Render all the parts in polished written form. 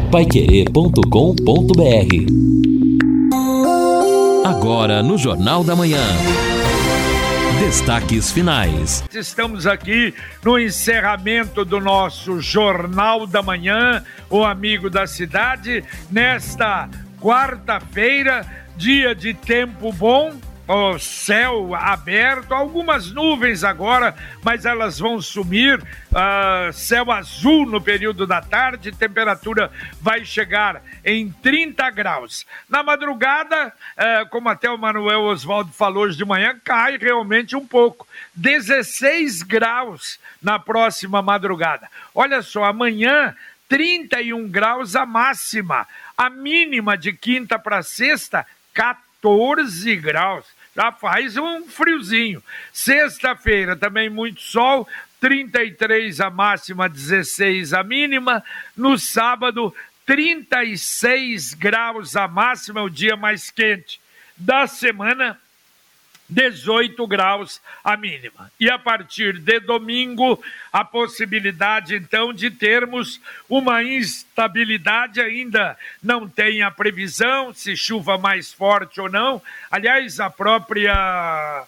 paiquerê.com.br. Agora no Jornal da Manhã. Destaques finais. Estamos aqui no encerramento do nosso Jornal da Manhã, o Amigo da Cidade, nesta quarta-feira, dia de tempo bom, o céu aberto, algumas nuvens agora, mas elas vão sumir, céu azul no período da tarde, temperatura vai chegar em 30 graus. Na madrugada, como até o Manuel Osvaldo falou hoje de manhã, cai realmente um pouco, 16 graus na próxima madrugada. Olha só, amanhã 31 graus a máxima, a mínima de quinta para sexta, 14 graus. Já faz um friozinho. Sexta-feira também muito sol, 33 a máxima, 16 a mínima. No sábado, 36 graus a máxima, o dia mais quente da semana, 18 graus a mínima. E a partir de domingo, a possibilidade, então, de termos uma instabilidade, ainda não tem a previsão, se chuva mais forte ou não. Aliás, a própria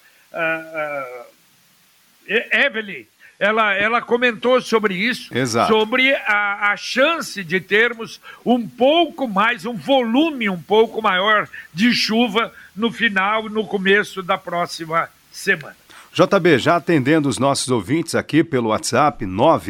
Evelyn, ela comentou sobre isso. Exato. Sobre a chance de termos um pouco mais, um volume um pouco maior de chuva no final, no começo da próxima semana. JB, já atendendo os nossos ouvintes aqui pelo WhatsApp,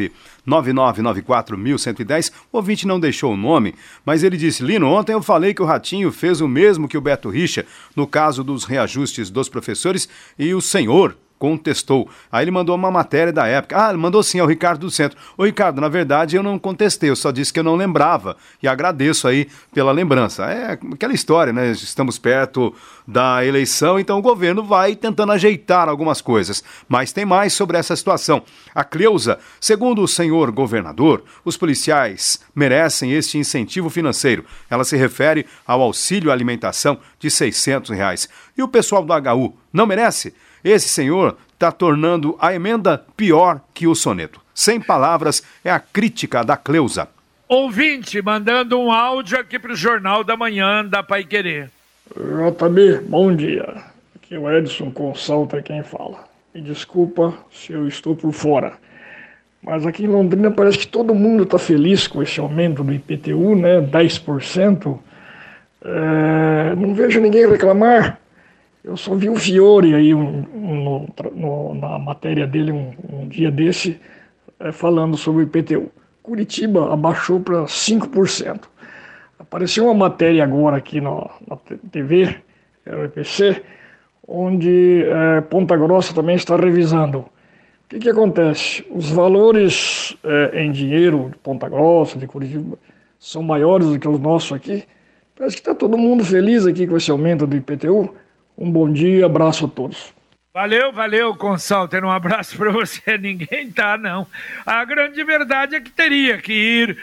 999941110, o ouvinte não deixou o nome, mas ele disse: Lino, ontem eu falei que o Ratinho fez o mesmo que o Beto Richa no caso dos reajustes dos professores e o senhor contestou. Aí ele mandou uma matéria da época. Ele mandou sim, ao Ricardo do Centro. Ô Ricardo, na verdade eu não contestei, eu só disse que eu não lembrava. E agradeço aí pela lembrança. É aquela história, né? Estamos perto da eleição, então o governo vai tentando ajeitar algumas coisas. Mas tem mais sobre essa situação. A Cleusa, segundo o senhor governador, os policiais merecem este incentivo financeiro. Ela se refere ao auxílio alimentação de R$600. E o pessoal do HU não merece? Esse senhor está tornando a emenda pior que o soneto. Sem palavras, é a crítica da Cleusa. Ouvinte, mandando um áudio aqui para o Jornal da Manhã da Paiquerê. JB, bom dia. Aqui é o Edson Consalta quem fala. Me desculpa se eu estou por fora. Mas aqui em Londrina parece que todo mundo está feliz com esse aumento do IPTU, né? 10%. Não vejo ninguém reclamar. Eu só vi o Fiore aí na matéria dele um dia desse, falando sobre o IPTU. Curitiba abaixou para 5%. Apareceu uma matéria agora aqui na TV, o IPC, onde Ponta Grossa também está revisando. O que acontece? Os valores em dinheiro de Ponta Grossa, de Curitiba, são maiores do que os nossos aqui. Parece que está todo mundo feliz aqui com esse aumento do IPTU. Um bom dia, abraço a todos. Valeu, Consalter, um abraço para você. Ninguém tá, não. A grande verdade é que teria que ir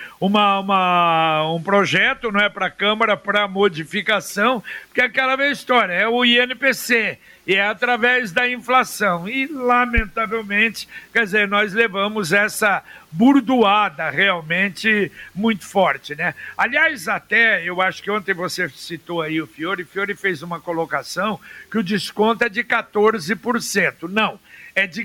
um projeto, não é, para a Câmara para modificação, porque é aquela mesma história, é o INPC, e é através da inflação. E, lamentavelmente, quer dizer, nós levamos essa burdoada realmente muito forte, né? Aliás, até, eu acho que ontem você citou aí o Fiore fez uma colocação que o desconto é de 14%. Não, é de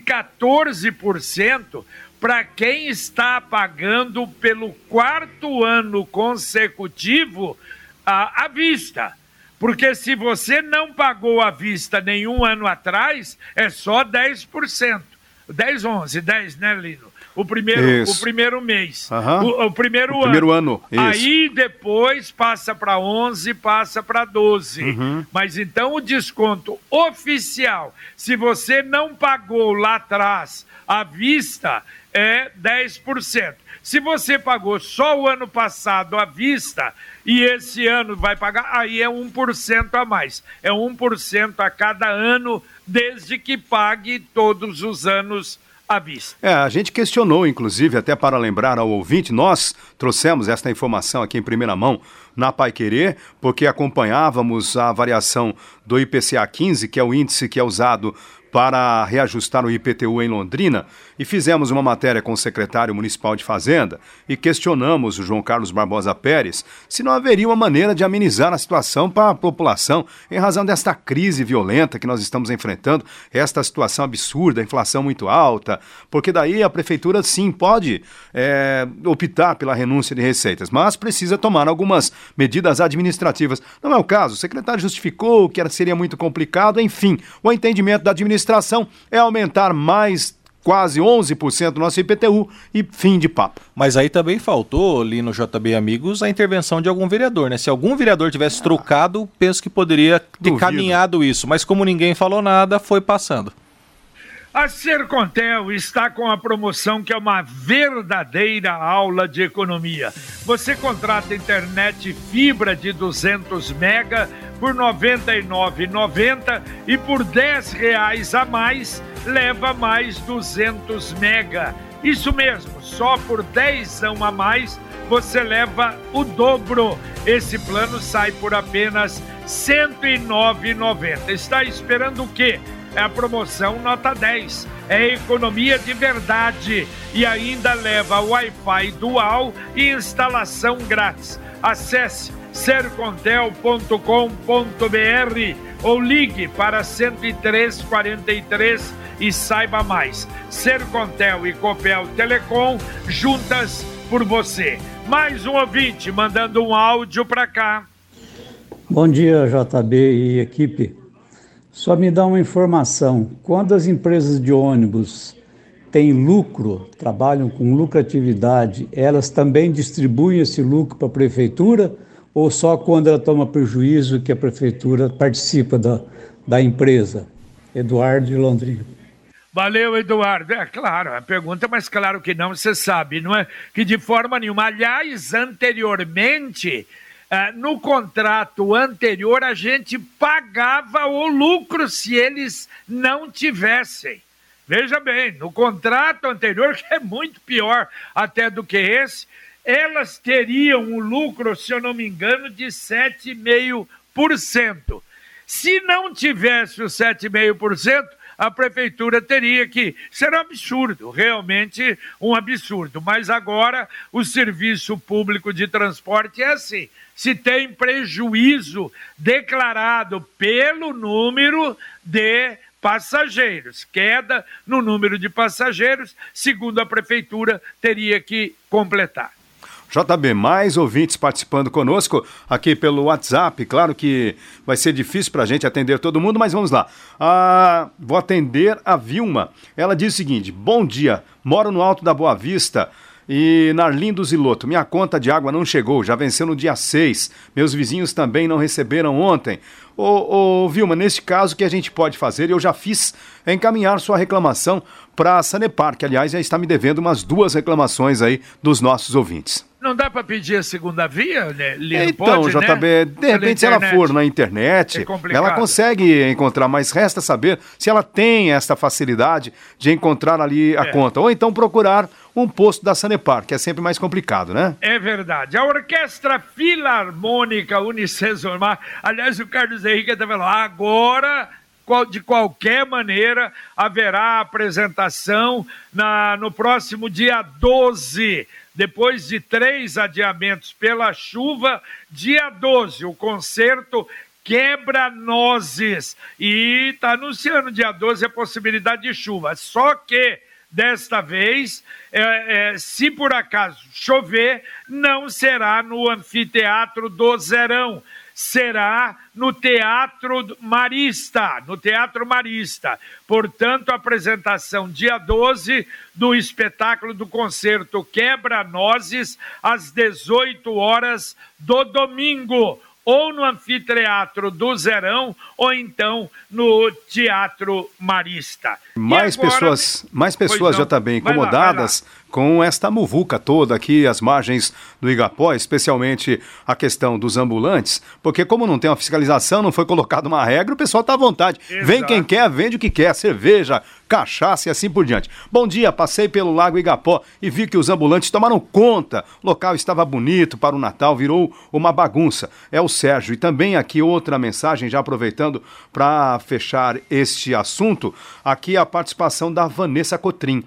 14% para quem está pagando pelo 4º ano consecutivo à vista. Porque se você não pagou à vista nenhum ano atrás, é só 10%. 10, 11, 10, né, Lino? O primeiro mês. Uhum. O primeiro ano. Isso. Aí depois passa para 11, passa para 12. Uhum. Mas então o desconto oficial, se você não pagou lá atrás à vista, é 10%. Se você pagou só o ano passado à vista e esse ano vai pagar, aí é 1% a mais. É 1% a cada ano, desde que pague todos os anos à vista. A gente questionou, inclusive, até para lembrar ao ouvinte, nós trouxemos esta informação aqui em primeira mão na Paiquerê, porque acompanhávamos a variação do IPCA 15, que é o índice que é usado para reajustar o IPTU em Londrina e fizemos uma matéria com o secretário municipal de Fazenda e questionamos o João Carlos Barbosa Pérez se não haveria uma maneira de amenizar a situação para a população em razão desta crise violenta que nós estamos enfrentando, esta situação absurda, a inflação muito alta, porque daí a prefeitura sim pode optar pela renúncia de receitas, mas precisa tomar algumas medidas administrativas. Não é o caso, o secretário justificou que seria muito complicado, enfim, o entendimento da administração é aumentar mais quase 11% do nosso IPTU e fim de papo. Mas aí também faltou, ali no JB Amigos, a intervenção de algum vereador, né? Se algum vereador tivesse trocado, penso que poderia ter caminhado isso, mas como ninguém falou nada, foi passando. A Sercontel está com a promoção que é uma verdadeira aula de economia. Você contrata internet fibra de 200 mega por R$ 99,90 e por R$10 a mais leva mais 200 mega. Isso mesmo, só por 10 a mais você leva o dobro. Esse plano sai por apenas R$ 109,90. Está esperando o quê? É a promoção nota 10, é economia de verdade e ainda leva Wi-Fi dual e instalação grátis. Acesse sercontel.com.br ou ligue para 10343 e saiba mais. Sercontel e Copel Telecom juntas por você. Mais um ouvinte mandando um áudio para cá. Bom dia, JB e equipe. Só me dá uma informação, quando as empresas de ônibus têm lucro, trabalham com lucratividade, elas também distribuem esse lucro para a prefeitura ou só quando ela toma prejuízo que a prefeitura participa da empresa? Eduardo de Londrina. Valeu, Eduardo. É claro, a pergunta, mas claro que não, você sabe, não é? Que de forma nenhuma. Aliás, anteriormente... no contrato anterior, a gente pagava o lucro se eles não tivessem. Veja bem, no contrato anterior, que é muito pior até do que esse, elas teriam um lucro, se eu não me engano, de 7,5%. Se não tivesse o 7,5%, a prefeitura teria que... Será um absurdo, realmente um absurdo. Mas agora o serviço público de transporte é assim. Se tem prejuízo declarado pelo número de passageiros, queda no número de passageiros, segundo a prefeitura, teria que completar. JB, mais ouvintes participando conosco aqui pelo WhatsApp. Claro que vai ser difícil para a gente atender todo mundo, mas vamos lá. Vou atender a Vilma. Ela diz o seguinte: bom dia, moro no Alto da Boa Vista e na Arlindo Ziloto. Minha conta de água não chegou, já venceu no dia 6. Meus vizinhos também não receberam ontem. Vilma, neste caso, o que a gente pode fazer, eu já fiz, é encaminhar sua reclamação para a Sanepar, que aliás já está me devendo umas 2 reclamações aí dos nossos ouvintes. Não dá para pedir a segunda via, né? Então, pode, JB, né? De repente, se ela for na internet, ela consegue encontrar, mas resta saber se ela tem essa facilidade de encontrar ali a conta. Ou então procurar um posto da Sanepar, que é sempre mais complicado, né? É verdade. A Orquestra Filarmônica Unicesumar, aliás, o Carlos Henrique está falando, agora... De qualquer maneira, haverá apresentação no próximo dia 12, depois de 3 adiamentos pela chuva, dia 12, o concerto Quebra-Nozes, e está anunciando dia 12 a possibilidade de chuva, só que desta vez, se por acaso chover, não será no Anfiteatro do Zerão, será no Teatro Marista, Portanto, a apresentação dia 12 do espetáculo do concerto Quebra-Nozes, às 18 horas do domingo, ou no Anfiteatro do Zerão, ou então no Teatro Marista. Mais pessoas, JB, incomodadas com esta muvuca toda aqui, as margens do Igapó, especialmente a questão dos ambulantes, porque como não tem uma fiscalização, não foi colocada uma regra, o pessoal está à vontade. Exato. Vem quem quer, vende o que quer, cerveja, cachaça e assim por diante. Bom dia, passei pelo Lago Igapó e vi que os ambulantes tomaram conta. O local estava bonito para o Natal, virou uma bagunça. É o Sérgio. E também aqui outra mensagem, já aproveitando para fechar este assunto, aqui a participação da Vanessa Cotrim.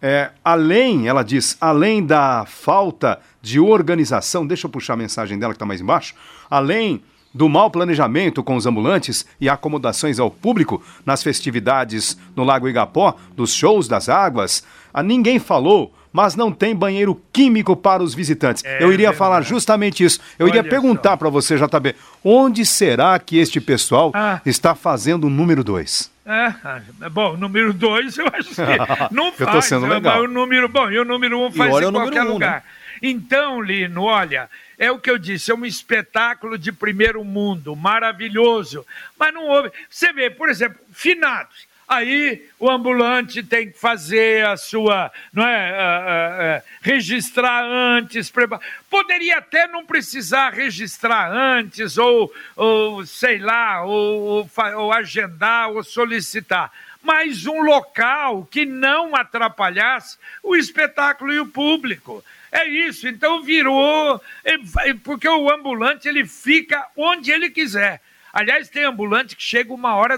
Ela diz, além da falta de organização, deixa eu puxar a mensagem dela que está mais embaixo, além do mau planejamento com os ambulantes e acomodações ao público nas festividades no Lago Igapó, dos shows das águas, ninguém falou, mas não tem banheiro químico para os visitantes. Eu iria falar justamente isso. Eu iria perguntar para você, JB, onde será que este pessoal está fazendo o número 2? Bom, número 2 eu acho que não faz. Eu tô sendo legal. E o número 1 faz em qualquer lugar. Né? Então, Lino, olha, é o que eu disse, é um espetáculo de primeiro mundo, maravilhoso, mas não houve... Você vê, por exemplo, finados. Aí o ambulante tem que fazer a sua, registrar antes. Poderia até não precisar registrar antes, ou sei lá, ou agendar, ou solicitar. Mas um local que não atrapalhasse o espetáculo e o público. É isso, então virou... Porque o ambulante ele fica onde ele quiser. Aliás, tem ambulante que chega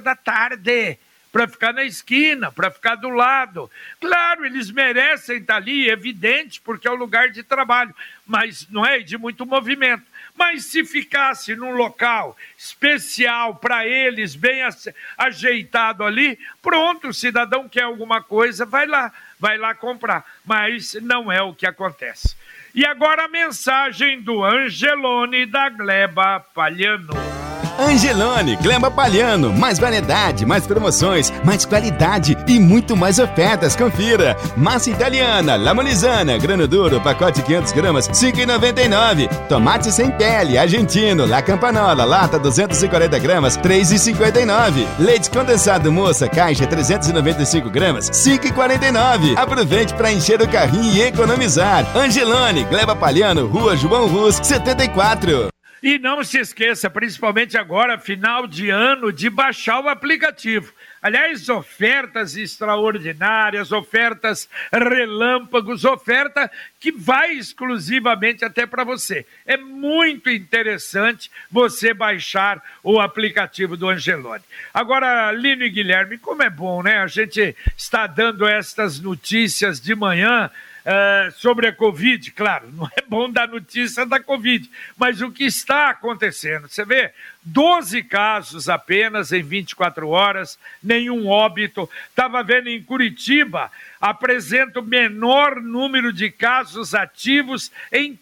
13h para ficar na esquina, para ficar do lado. Claro, eles merecem estar ali, evidente, porque é o lugar de trabalho, mas não é de muito movimento. Mas se ficasse num local especial para eles, bem ajeitado ali, pronto, o cidadão quer alguma coisa, vai lá comprar. Mas não é o que acontece. E agora a mensagem do Angelone da Gleba Palhano. Angelone, Gleba Palhano, mais variedade, mais promoções, mais qualidade e muito mais ofertas, confira. Massa italiana, lamolizana, grano duro, pacote 500 gramas, R$ 5,99. Tomate sem pele, argentino, La Campanola, lata 240 gramas, R$ 3,59. Leite condensado moça, caixa 395 gramas, R$ 5,49. Aproveite para encher o carrinho e economizar. Angelone, Gleba Palhano, Rua João Rus, 74. E não se esqueça, principalmente agora, final de ano, de baixar o aplicativo. Aliás, ofertas extraordinárias, ofertas relâmpagos, oferta que vai exclusivamente até para você. É muito interessante você baixar o aplicativo do Angelone. Agora, Lino e Guilherme, como é bom, né? A gente está dando estas notícias de manhã, sobre a Covid, claro, não é bom dar notícia da Covid, mas o que está acontecendo, você vê, 12 casos apenas em 24 horas, nenhum óbito. Estava vendo em Curitiba, apresenta o menor número de casos ativos em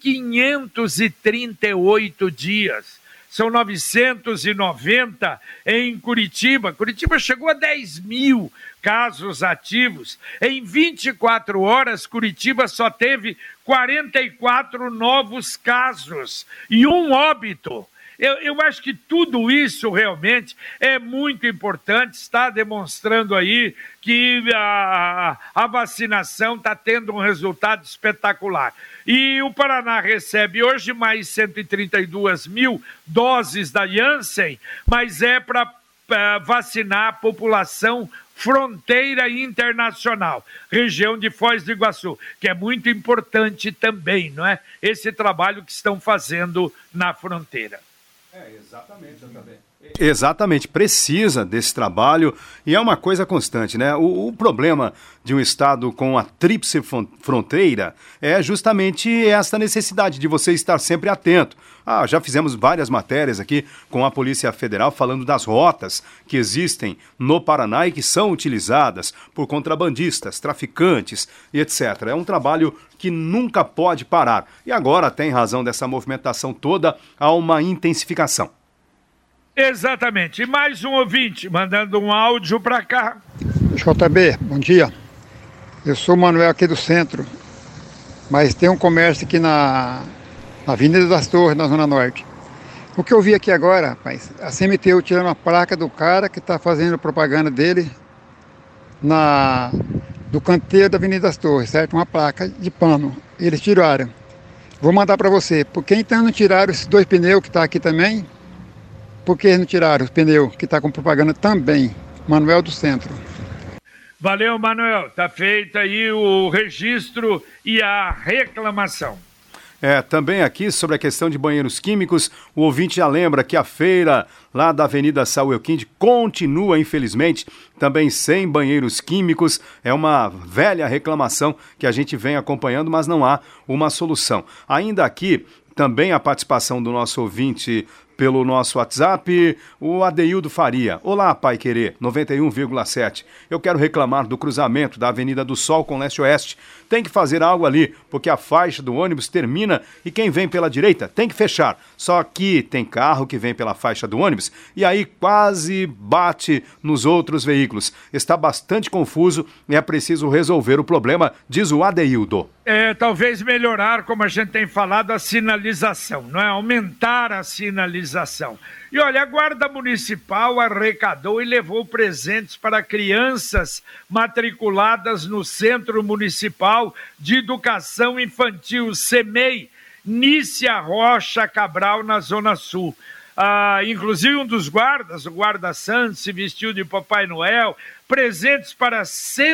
538 dias. São 990 em Curitiba. Curitiba chegou a 10 mil casos ativos. Em 24 horas, Curitiba só teve 44 novos casos e um óbito. Eu acho que tudo isso realmente é muito importante, está demonstrando aí que a vacinação está tendo um resultado espetacular. E o Paraná recebe hoje mais 132 mil doses da Janssen, mas é para vacinar a população fronteira internacional, região de Foz do Iguaçu, que é muito importante também, não é? Esse trabalho que estão fazendo na fronteira. Exatamente, JB. Exatamente, precisa desse trabalho e é uma coisa constante, né? O problema de um estado com a tríplice fronteira é justamente essa necessidade de você estar sempre atento. Já fizemos várias matérias aqui com a Polícia Federal falando das rotas que existem no Paraná e que são utilizadas por contrabandistas, traficantes e etc. É um trabalho que nunca pode parar. E agora, até em razão dessa movimentação toda, há uma intensificação. Exatamente. E mais um ouvinte mandando um áudio para cá. JB, bom dia. Eu sou o Manuel aqui do centro, mas tem um comércio aqui na Avenida das Torres, na Zona Norte. O que eu vi aqui agora, rapaz, a CMTU tirando a placa do cara que está fazendo propaganda dele na do canteiro da Avenida das Torres, certo? Uma placa de pano. Eles tiraram. Vou mandar para você. Por que então não tiraram esses 2 pneus que está aqui também? Por que não tiraram os pneus que está com propaganda também? Manuel do Centro. Valeu, Manuel. Tá feito aí o registro e a reclamação. Também aqui sobre a questão de banheiros químicos, o ouvinte já lembra que a feira lá da Avenida Saul Elquinde continua, infelizmente, também sem banheiros químicos. É uma velha reclamação que a gente vem acompanhando, mas não há uma solução. Ainda aqui, também a participação do nosso ouvinte pelo nosso WhatsApp, o Adeildo Faria. Olá, Pai Querer, 91,7. Eu quero reclamar do cruzamento da Avenida do Sol com Leste-Oeste. Tem que fazer algo ali, porque a faixa do ônibus termina e quem vem pela direita tem que fechar. Só que tem carro que vem pela faixa do ônibus e aí quase bate nos outros veículos. Está bastante confuso e é preciso resolver o problema, diz o Adeildo. Talvez melhorar, como a gente tem falado, a sinalização, não é? Aumentar a sinalização. E olha, a Guarda Municipal arrecadou e levou presentes para crianças matriculadas no Centro Municipal de Educação Infantil, CEMEI, Nícia Rocha Cabral, na Zona Sul. Inclusive um dos guardas, o guarda Santos, se vestiu de Papai Noel, presentes para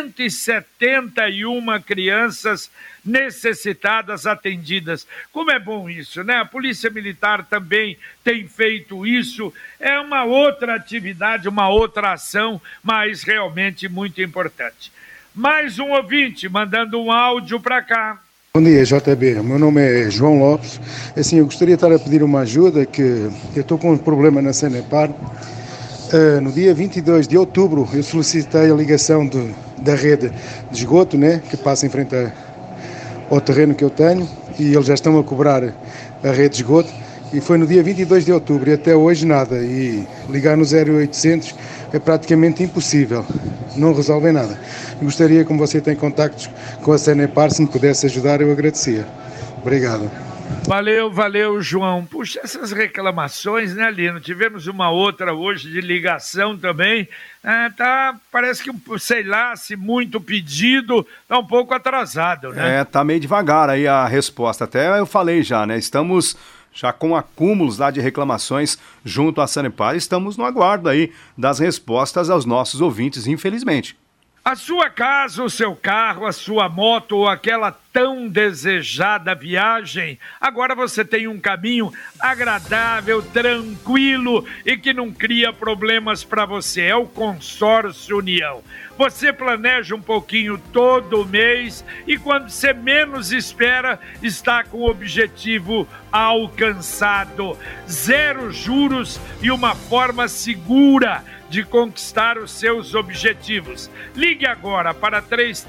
171 crianças necessitadas atendidas. Como é bom isso, né? A Polícia Militar também tem feito isso. É uma outra atividade, uma outra ação, mas realmente muito importante. Mais um ouvinte mandando um áudio para cá. Bom dia, JB. O meu nome é João Lopes. Assim, eu gostaria de estar a pedir uma ajuda, que eu estou com um problema na Sanepar. No dia 22 de outubro, eu solicitei a ligação da rede de esgoto, né, que passa em frente ao terreno que eu tenho, e eles já estão a cobrar a rede de esgoto. E foi no dia 22 de outubro e até hoje nada. E ligar no 0800 é praticamente impossível. Não resolvem nada. Eu gostaria, como você tem contactos com a Sanepar, se me pudesse ajudar, eu agradecia. Obrigado. Valeu, João. Puxa, essas reclamações, né, Lino? Tivemos uma outra hoje de ligação também. Parece que, sei lá, se muito pedido, tá um pouco atrasado, né? Tá meio devagar aí a resposta. Até eu falei já, né? Estamos já com acúmulos lá de reclamações junto à Sanepar. Estamos no aguardo aí das respostas aos nossos ouvintes, infelizmente. A sua casa, o seu carro, a sua moto ou aquela tão desejada viagem, agora você tem um caminho agradável, tranquilo e que não cria problemas para você. É o Consórcio União. Você planeja um pouquinho todo mês e quando você menos espera, está com o objetivo alcançado. 0 juros e uma forma segura de conquistar os seus objetivos. Ligue agora para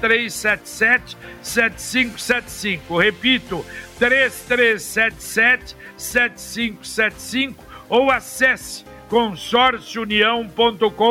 3377-7575. Repito, 3377-7575 ou acesse consórciounião.com.br.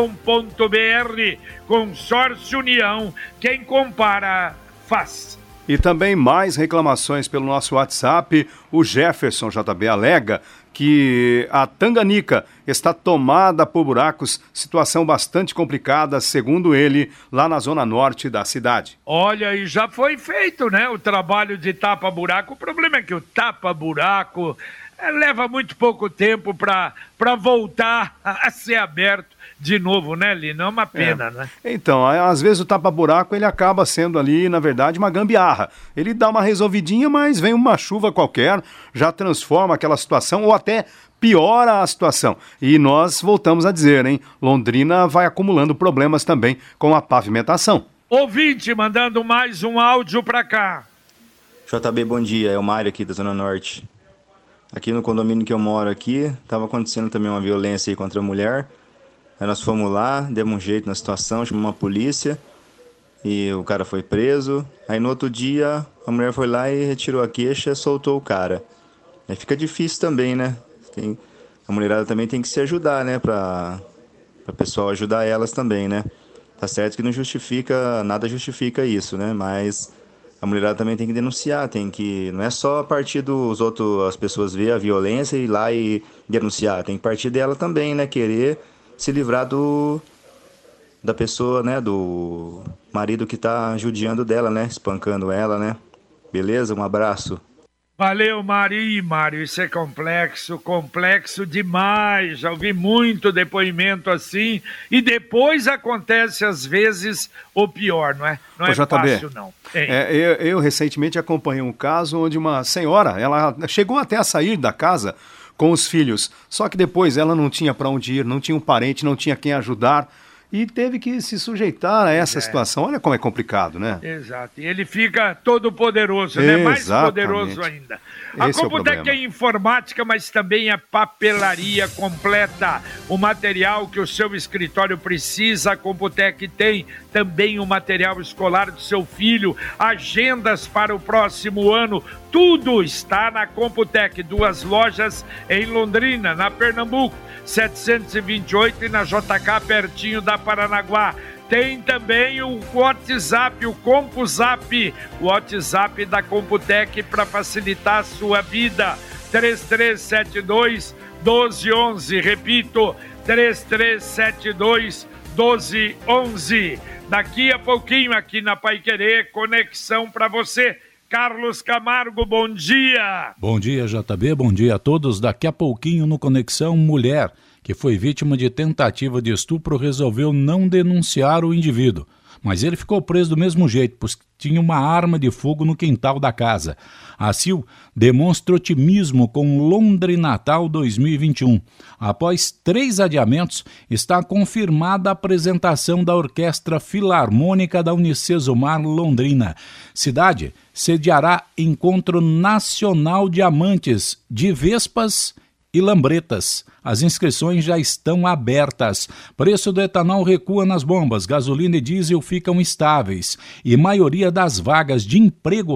Consórcio União, quem compara, faz. E também mais reclamações pelo nosso WhatsApp. O Jefferson JB alega que a Tanganica está tomada por buracos, situação bastante complicada, segundo ele, lá na zona norte da cidade. Olha, e já foi feito, né, o trabalho de tapa-buraco. O problema é que o tapa-buraco leva muito pouco tempo para voltar a ser aberto de novo, né, Lino? É uma pena, né? Então, às vezes o tapa-buraco ele acaba sendo ali, na verdade, uma gambiarra. Ele dá uma resolvidinha, mas vem uma chuva qualquer, já transforma aquela situação ou até piora a situação. E nós voltamos a dizer, hein? Londrina vai acumulando problemas também com a pavimentação. Ouvinte mandando mais um áudio para cá. JB, bom dia. É o Mário aqui da Zona Norte. Aqui no condomínio que eu moro aqui, estava acontecendo também uma violência aí contra a mulher. Aí nós fomos lá, demos um jeito na situação, chamamos a polícia e o cara foi preso. Aí no outro dia a mulher foi lá e retirou a queixa e soltou o cara. Aí fica difícil também, né? A mulherada também tem que se ajudar, né? Para o pessoal ajudar elas também, né? Tá certo que não justifica, nada justifica isso, né? Mas a mulherada também tem que denunciar, não é só a partir dos outros, as pessoas ver a violência e ir lá e denunciar, tem que partir dela também, né? Querer se livrar da pessoa, né, do marido que tá judiando dela, né, espancando ela, né. Beleza? Um abraço. Valeu, Mário, isso é complexo demais, já ouvi muito depoimento assim, e depois acontece às vezes o pior, não é? Não é fácil, não. Eu recentemente acompanhei um caso onde uma senhora, ela chegou até a sair da casa com os filhos, só que depois ela não tinha para onde ir, não tinha um parente, não tinha quem ajudar, e teve que se sujeitar a essa situação. Olha como é complicado, né? Exato. E ele fica todo poderoso, né? Mais poderoso ainda. A Computec é informática, mas também é papelaria completa. O material que o seu escritório precisa, a Computec tem. Também o material escolar do seu filho, agendas para o próximo ano. Tudo está na Computec. 2 lojas em Londrina, na Pernambuco, 728 e na JK, pertinho da Paranaguá. Tem também o WhatsApp, o CompuZap, o WhatsApp da Computec para facilitar a sua vida. 3372-1211, repito, 3372-1211. Daqui a pouquinho aqui na Paiquerê, conexão para você. Carlos Camargo, bom dia. Bom dia, JB, bom dia a todos. Daqui a pouquinho no Conexão, mulher que foi vítima de tentativa de estupro resolveu não denunciar o indivíduo. Mas ele ficou preso do mesmo jeito, pois tinha uma arma de fogo no quintal da casa. A Sil demonstra otimismo com Londrinatal 2021. Após 3 adiamentos, está confirmada a apresentação da Orquestra Filarmônica da Unicesumar Londrina. Cidade sediará Encontro Nacional de Amantes de Vespas e Lambretas. As inscrições já estão abertas. Preço do etanol recua nas bombas, gasolina e diesel ficam estáveis. E maioria das vagas de emprego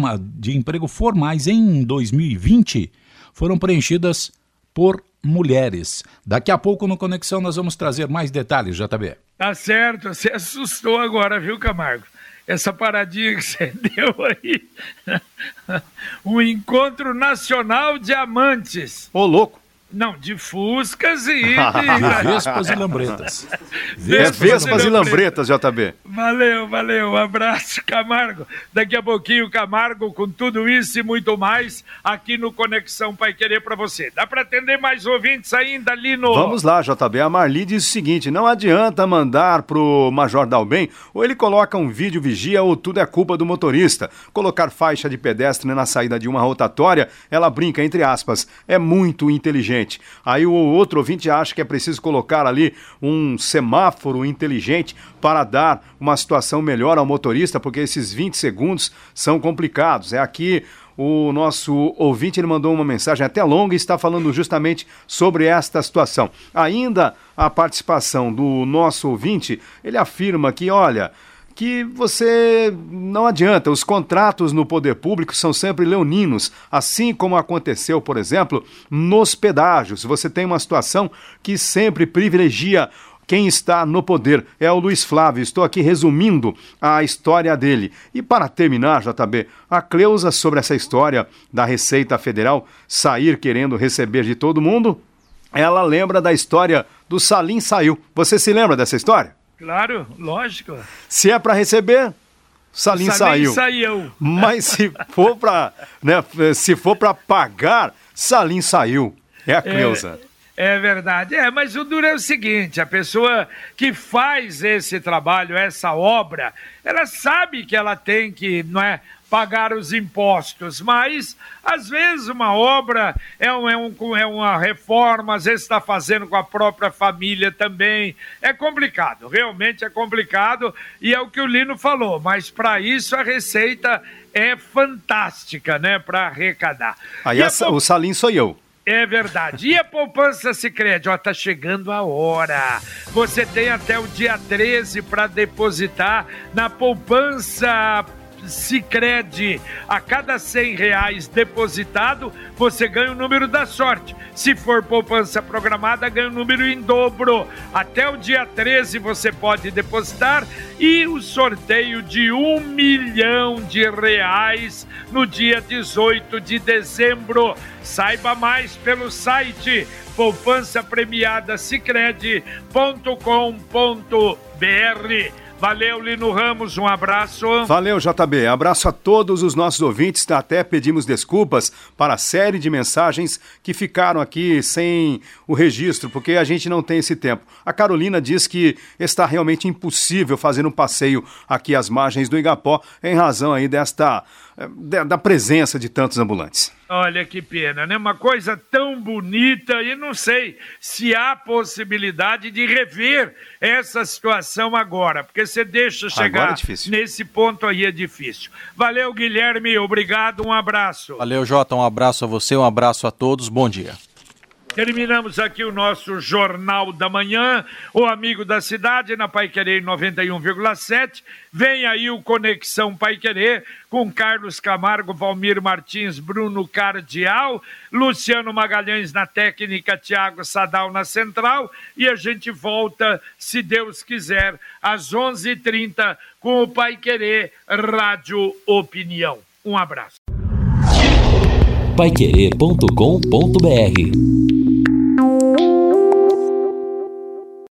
formais em 2020 foram preenchidas por mulheres. Daqui a pouco no Conexão nós vamos trazer mais detalhes, JB. Tá certo, você assustou agora, viu, Camargo? Essa paradinha que você deu aí. Um encontro nacional de amantes. Ô, louco. Não, de Fuscas e... Vespas e Lambretas. Vespas e Lambretas, JB. Valeu, um abraço, Camargo. Daqui a pouquinho, Camargo, com tudo isso e muito mais, aqui no Conexão Paiquerê para você. Dá para atender mais ouvintes ainda, Lino? Vamos lá, JB. A Marli diz o seguinte, não adianta mandar pro Major Dalben, ou ele coloca um vídeo vigia ou tudo é culpa do motorista. Colocar faixa de pedestre na saída de uma rotatória, ela brinca, entre aspas, é muito inteligente. Aí o outro ouvinte acha que é preciso colocar ali um semáforo inteligente para dar uma situação melhor ao motorista, porque esses 20 segundos são complicados. É aqui o nosso ouvinte, ele mandou uma mensagem até longa e está falando justamente sobre esta situação. Ainda a participação do nosso ouvinte, ele afirma que, olha, que você não adianta, os contratos no poder público são sempre leoninos, assim como aconteceu, por exemplo, nos pedágios. Você tem uma situação que sempre privilegia quem está no poder. É o Luiz Flávio, estou aqui resumindo a história dele. E para terminar, JB, a Cleusa sobre essa história da Receita Federal sair querendo receber de todo mundo, ela lembra da história do Salim Saiu. Você se lembra dessa história? Claro, lógico. Se é para receber, Salim saiu. Mas se for para, né, se for para pagar, Salim saiu. É a Cleusa. É verdade. Mas o duro é o seguinte, a pessoa que faz esse trabalho, essa obra, ela sabe que ela tem que, não é, pagar os impostos, mas às vezes uma obra é uma reforma, às vezes está fazendo com a própria família também, é complicado, realmente é complicado, e é o que o Lino falou, mas para isso a Receita é fantástica, né, para arrecadar. Aí o Salim sou eu. É verdade. E a poupança Sicredi? Ó, tá chegando a hora. Você tem até o dia 13 para depositar na poupança Sicredi. A cada R$100 depositado, você ganha o número da sorte. Se for poupança programada, ganha o número em dobro. Até o dia 13 você pode depositar e o sorteio de R$1 milhão no dia 18 de dezembro. Saiba mais pelo site poupançapremiadasicredi.com.br. Valeu, Lino Ramos, um abraço. Valeu, JB. Abraço a todos os nossos ouvintes. Até pedimos desculpas para a série de mensagens que ficaram aqui sem o registro, porque a gente não tem esse tempo. A Carolina diz que está realmente impossível fazer um passeio aqui às margens do Igapó, em razão aí da presença de tantos ambulantes. Olha que pena, né? Uma coisa tão bonita e não sei se há possibilidade de rever essa situação agora, porque você deixa chegar nesse ponto aí é difícil. Valeu, Guilherme, obrigado, um abraço. Valeu, Jota, um abraço a você, um abraço a todos, bom dia. Terminamos aqui o nosso Jornal da Manhã, o Amigo da Cidade, na Paiquerê 91,7. Vem aí o Conexão Paiquerê, com Carlos Camargo, Valmir Martins, Bruno Cardial, Luciano Magalhães na técnica, Thiago Sadal na central. E a gente volta, se Deus quiser, às 11h30 com o Paiquerê Rádio Opinião. Um abraço. Paiquerê.com.br